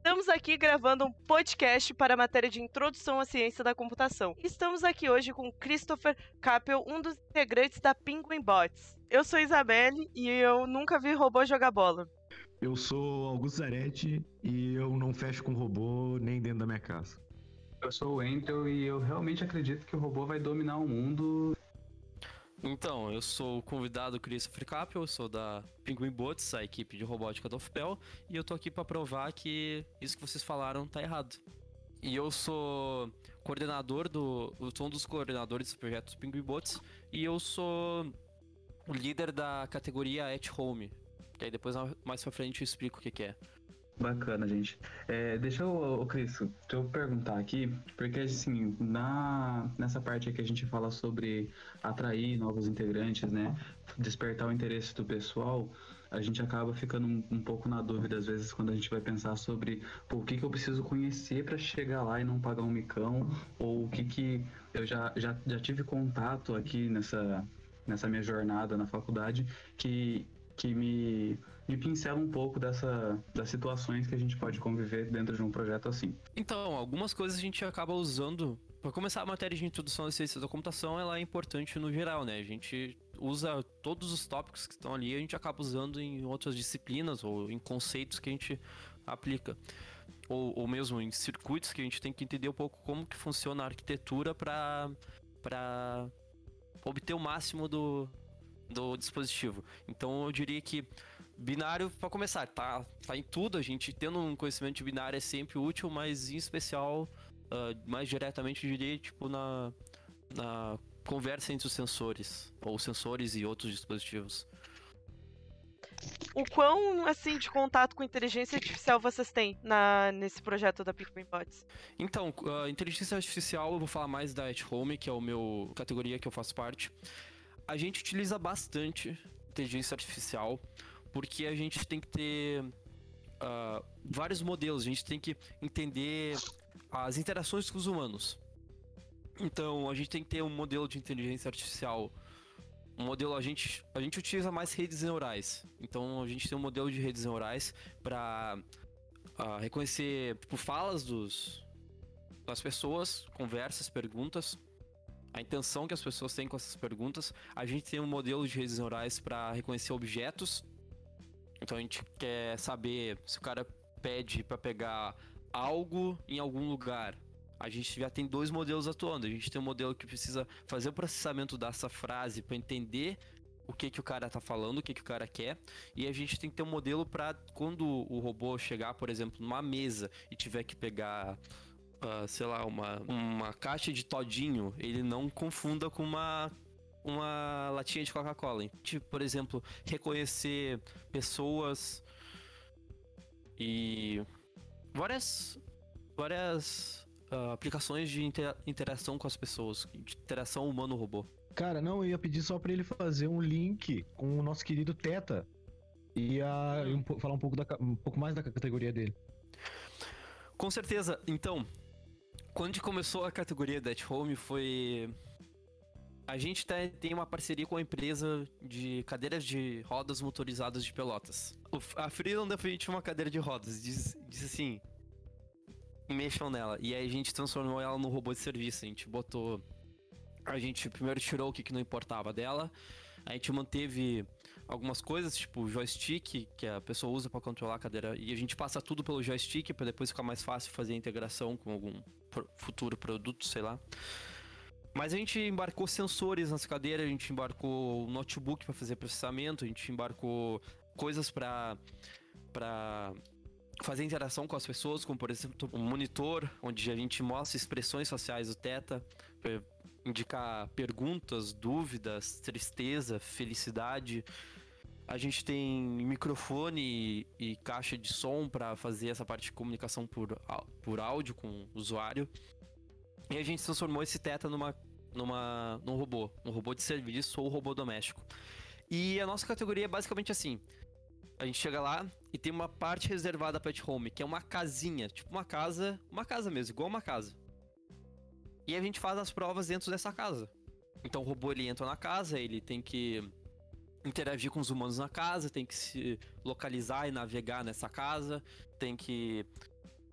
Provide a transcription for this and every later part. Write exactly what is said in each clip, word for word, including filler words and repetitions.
Estamos aqui gravando um podcast para a matéria de Introdução à Ciência da Computação. Estamos aqui hoje com Christopher Capel, um dos integrantes da Penguin Bots. Eu sou Isabelle e eu nunca vi robô jogar bola. Eu sou Augusto Zaretti e eu não fecho com robô nem dentro da minha casa. Eu sou o Wendel e eu realmente acredito que o robô vai dominar o mundo. Então, eu sou o convidado Christopher Capel, eu sou da Penguin Bots, a equipe de robótica da U F P E L, e eu tô aqui pra provar que isso que vocês falaram tá errado. E eu sou coordenador do... eu sou um dos coordenadores do projeto Penguin Bots, e eu sou o líder da categoria At Home, que aí depois mais pra frente eu explico o que que é. Bacana, gente. É, deixa eu, ô, Cris, deixa eu perguntar aqui, porque assim, na, nessa parte que a gente fala sobre atrair novos integrantes, né, despertar o interesse do pessoal, a gente acaba ficando um, um pouco na dúvida, às vezes, quando a gente vai pensar sobre pô, o que, que eu preciso conhecer para chegar lá e não pagar um micão, ou o que, que eu já, já, já tive contato aqui nessa, nessa minha jornada na faculdade, que... que me, me pincela um pouco dessa, das situações que a gente pode conviver dentro de um projeto assim. Então, algumas coisas a gente acaba usando... Para começar, a matéria de introdução à ciência da computação, ela é importante no geral, né? A gente usa todos os tópicos que estão ali, a gente acaba usando em outras disciplinas ou em conceitos que a gente aplica. Ou, ou mesmo em circuitos que a gente tem que entender um pouco como que funciona a arquitetura para para obter o máximo do... do dispositivo. Então eu diria que binário, para começar, tá, tá em tudo. A gente tendo um conhecimento de binário é sempre útil, mas em especial, uh, mais diretamente eu diria, tipo, na, na conversa entre os sensores, ou sensores e outros dispositivos. O quão, assim, de contato com inteligência artificial vocês têm na, nesse projeto da Penguin Bots? Então, a inteligência artificial, eu vou falar mais da At Home, que é o meu categoria que eu faço parte. A gente utiliza bastante inteligência artificial porque a gente tem que ter uh, vários modelos, a gente tem que entender as interações com os humanos. Então, a gente tem que ter um modelo de inteligência artificial. Um modelo, a gente, a gente utiliza mais redes neurais. Então, a gente tem um modelo de redes neurais para uh, reconhecer tipo, falas dos, das pessoas, conversas, perguntas. A intenção que as pessoas têm com essas perguntas. A gente tem um modelo de redes neurais para reconhecer objetos. Então a gente quer saber se o cara pede para pegar algo em algum lugar. A gente já tem dois modelos atuando. A gente tem um modelo que precisa fazer o processamento dessa frase para entender o que, que o cara tá falando, o que, que o cara quer. E a gente tem que ter um modelo para quando o robô chegar, por exemplo, numa mesa e tiver que pegar... Uh, sei lá, uma, uma caixa de todinho, ele não confunda com uma, uma latinha de Coca-Cola. Tipo, por exemplo, reconhecer pessoas e várias, várias uh, aplicações de inter- interação com as pessoas, de interação humano-robô. Cara, não, eu ia pedir só pra ele fazer um link com o nosso querido Teta e ia hum. um, falar um pouco, da, um pouco mais da categoria dele. Com certeza. Então, quando a gente começou a categoria da At Home foi... A gente tá, tem uma parceria com a empresa de cadeiras de rodas motorizadas de Pelotas. O, a Freedom deu pra gente uma cadeira de rodas, disse, disse assim, mexam nela. E aí a gente transformou ela no robô de serviço, a gente botou... A gente primeiro tirou o que, que não importava dela, a gente manteve algumas coisas, tipo o joystick, que a pessoa usa para controlar a cadeira, e a gente passa tudo pelo joystick para depois ficar mais fácil fazer a integração com algum futuro produto, sei lá. Mas a gente embarcou sensores nessa cadeira, a gente embarcou o notebook para fazer processamento, a gente embarcou coisas para para fazer interação com as pessoas, como por exemplo um monitor, onde a gente mostra expressões faciais do Teta, para indicar perguntas, dúvidas, tristeza, felicidade. A gente tem microfone e, e caixa de som para fazer essa parte de comunicação por, por áudio com o usuário. E a gente transformou esse Teta numa, numa, num robô, um robô de serviço ou robô doméstico. E a nossa categoria é basicamente assim. A gente chega lá e tem uma parte reservada para At Home, que é uma casinha, tipo uma casa, uma casa mesmo, igual uma casa. E a gente faz as provas dentro dessa casa. Então o robô ele entra na casa, ele tem que interagir com os humanos na casa, tem que se localizar e navegar nessa casa, tem que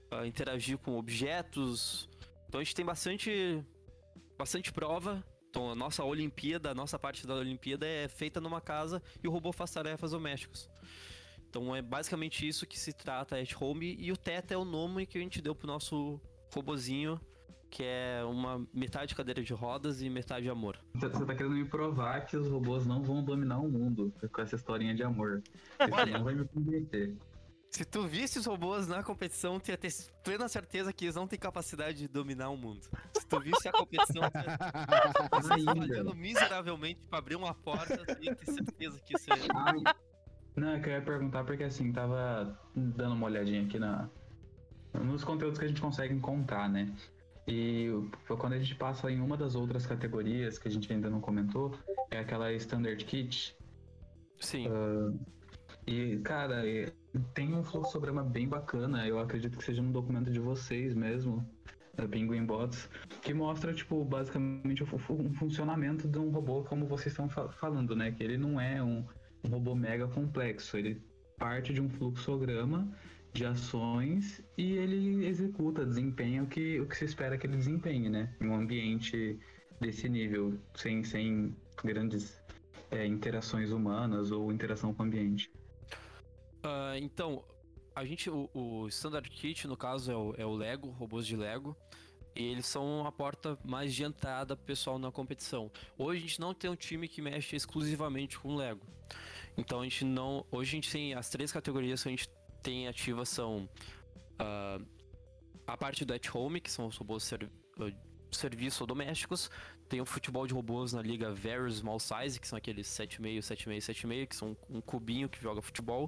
uh, interagir com objetos. Então a gente tem bastante, bastante prova. Então a nossa Olimpíada, a nossa parte da Olimpíada é feita numa casa e o robô faz tarefas domésticas. Então é basicamente isso que se trata a At Home, e o Teta é o nome que a gente deu pro nosso robozinho, que é uma metade cadeira de rodas e metade amor. Você tá querendo me provar que os robôs não vão dominar o mundo com essa historinha de amor. Isso não vai me convencer. Se tu visse os robôs na competição, tu ia ter plena certeza que eles não têm capacidade de dominar o mundo. Se tu visse a competição, tu ia estar falhando miseravelmente pra abrir uma porta, tu ia ter certeza que isso é... Ah, não, é que eu ia perguntar porque assim, tava dando uma olhadinha aqui na, nos conteúdos que a gente consegue encontrar, né? E quando a gente passa em uma das outras categorias que a gente ainda não comentou, é aquela Standard Kit. Sim. Uh, e, cara, tem um fluxograma bem bacana, eu acredito que seja um documento de vocês mesmo, da Penguin Bots, que mostra, tipo, basicamente o, o funcionamento de um robô, como vocês estão fa- falando, né? Que ele não é um, um robô mega complexo, ele parte de um fluxograma de ações e ele executa, desempenha o que, o que se espera que ele desempenhe, né? Em um ambiente desse nível, sem, sem grandes é, interações humanas ou interação com o ambiente. Uh, então, a gente, o, o Standard Kit, no caso, é o, é o Lego, robôs de Lego. E eles são a porta mais de entrada pro pessoal na competição. Hoje a gente não tem um time que mexe exclusivamente com Lego. Então a gente não... Hoje a gente tem as três categorias que a gente tem ativas são... Uh, a parte do At Home, que são os robôs ser, uh, serviço ou domésticos. Tem o futebol de robôs na liga Very Small Size, que são aqueles sete vírgula cinco, sete vírgula cinco, sete vírgula cinco, que são um cubinho que joga futebol.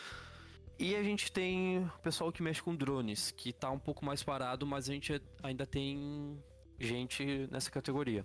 E a gente tem o pessoal que mexe com drones, que tá um pouco mais parado, mas a gente ainda tem gente nessa categoria.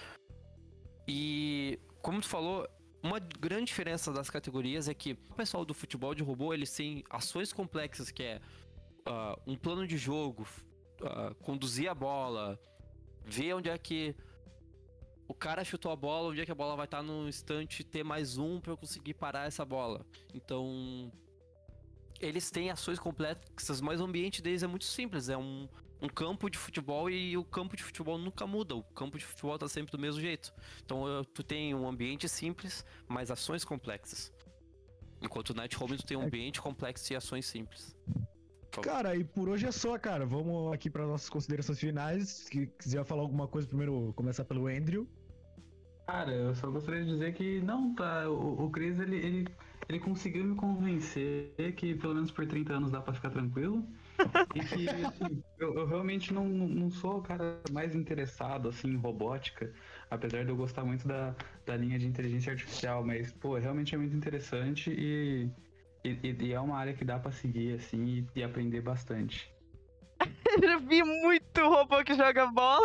E, como tu falou, uma grande diferença das categorias é que o pessoal do futebol de robô, eles têm ações complexas, que é uh, um plano de jogo, uh, conduzir a bola, ver onde é que o cara chutou a bola, onde é que a bola vai estar no instante, ter mais um pra eu conseguir parar essa bola. Então... eles têm ações complexas, mas o ambiente deles é muito simples. É um, um campo de futebol e o campo de futebol nunca muda. O campo de futebol tá sempre do mesmo jeito. Então eu, tu tem um ambiente simples, mas ações complexas. Enquanto no At Home tu tem um ambiente complexo e ações simples. Cara, e por hoje é só, cara. Vamos aqui para nossas considerações finais. Se quiser falar alguma coisa, primeiro começar pelo Andrew. Cara, eu só gostaria de dizer que não, tá. O, o Chris, ele, ele, ele conseguiu me convencer que pelo menos por trinta anos dá pra ficar tranquilo. E que assim, eu, eu realmente não, não sou o cara mais interessado assim, em robótica, apesar de eu gostar muito da, da linha de inteligência artificial, mas pô, realmente é muito interessante e, e, e é uma área que dá pra seguir assim e, e aprender bastante. Eu vi muito robô que joga bola.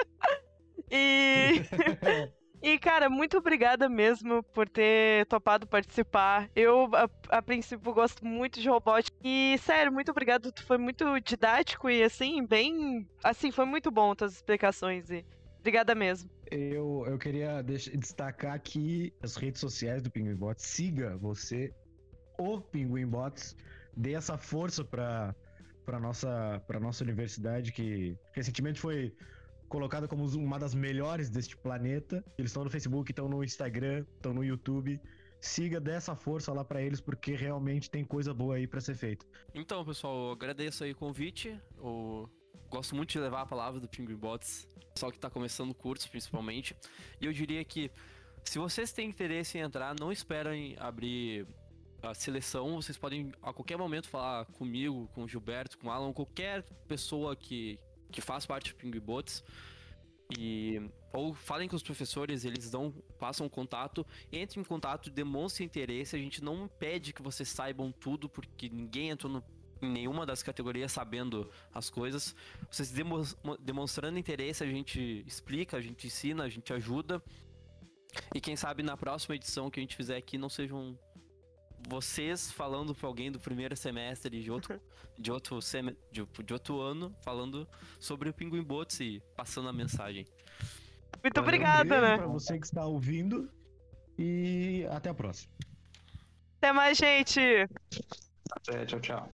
E... E, cara, muito obrigada mesmo por ter topado participar. Eu, a, a princípio, gosto muito de robótica. E, sério, muito obrigado. Tu foi muito didático e, assim, bem... Assim, foi muito bom as tuas explicações. E obrigada mesmo. Eu, eu queria deixar, destacar aqui as redes sociais do Penguin Bots. Siga você, o Penguin Bots. Dê essa força pra, pra, nossa, pra nossa universidade, que recentemente foi... colocada como uma das melhores deste planeta. Eles estão no Facebook, estão no Instagram, estão no YouTube. Siga, dê essa força lá pra eles, porque realmente tem coisa boa aí pra ser feita. Então, pessoal, eu agradeço aí o convite. Eu gosto muito de levar a palavra do Penguin Bots, pessoal que tá começando cursos, principalmente. E eu diria que, se vocês têm interesse em entrar, não esperem abrir a seleção. Vocês podem, a qualquer momento, falar comigo, com o Gilberto, com o Alan, qualquer pessoa que... que faz parte do Penguin Bots, e ou falem com os professores, eles dão, passam um contato, entrem em contato, demonstrem interesse. A gente não pede que vocês saibam tudo, porque ninguém entrou no, em nenhuma das categorias sabendo as coisas. Vocês demo, demonstrando interesse, a gente explica, a gente ensina, a gente ajuda, e quem sabe na próxima edição que a gente fizer aqui não sejam vocês falando pra alguém do primeiro semestre de outro, de outro, sem, de, de outro ano, falando sobre o Penguin Bots e passando a mensagem. Muito Valeu, obrigada, um beijo né? Pra você que está ouvindo. E até a próxima. Até mais, gente! Até, tchau, tchau.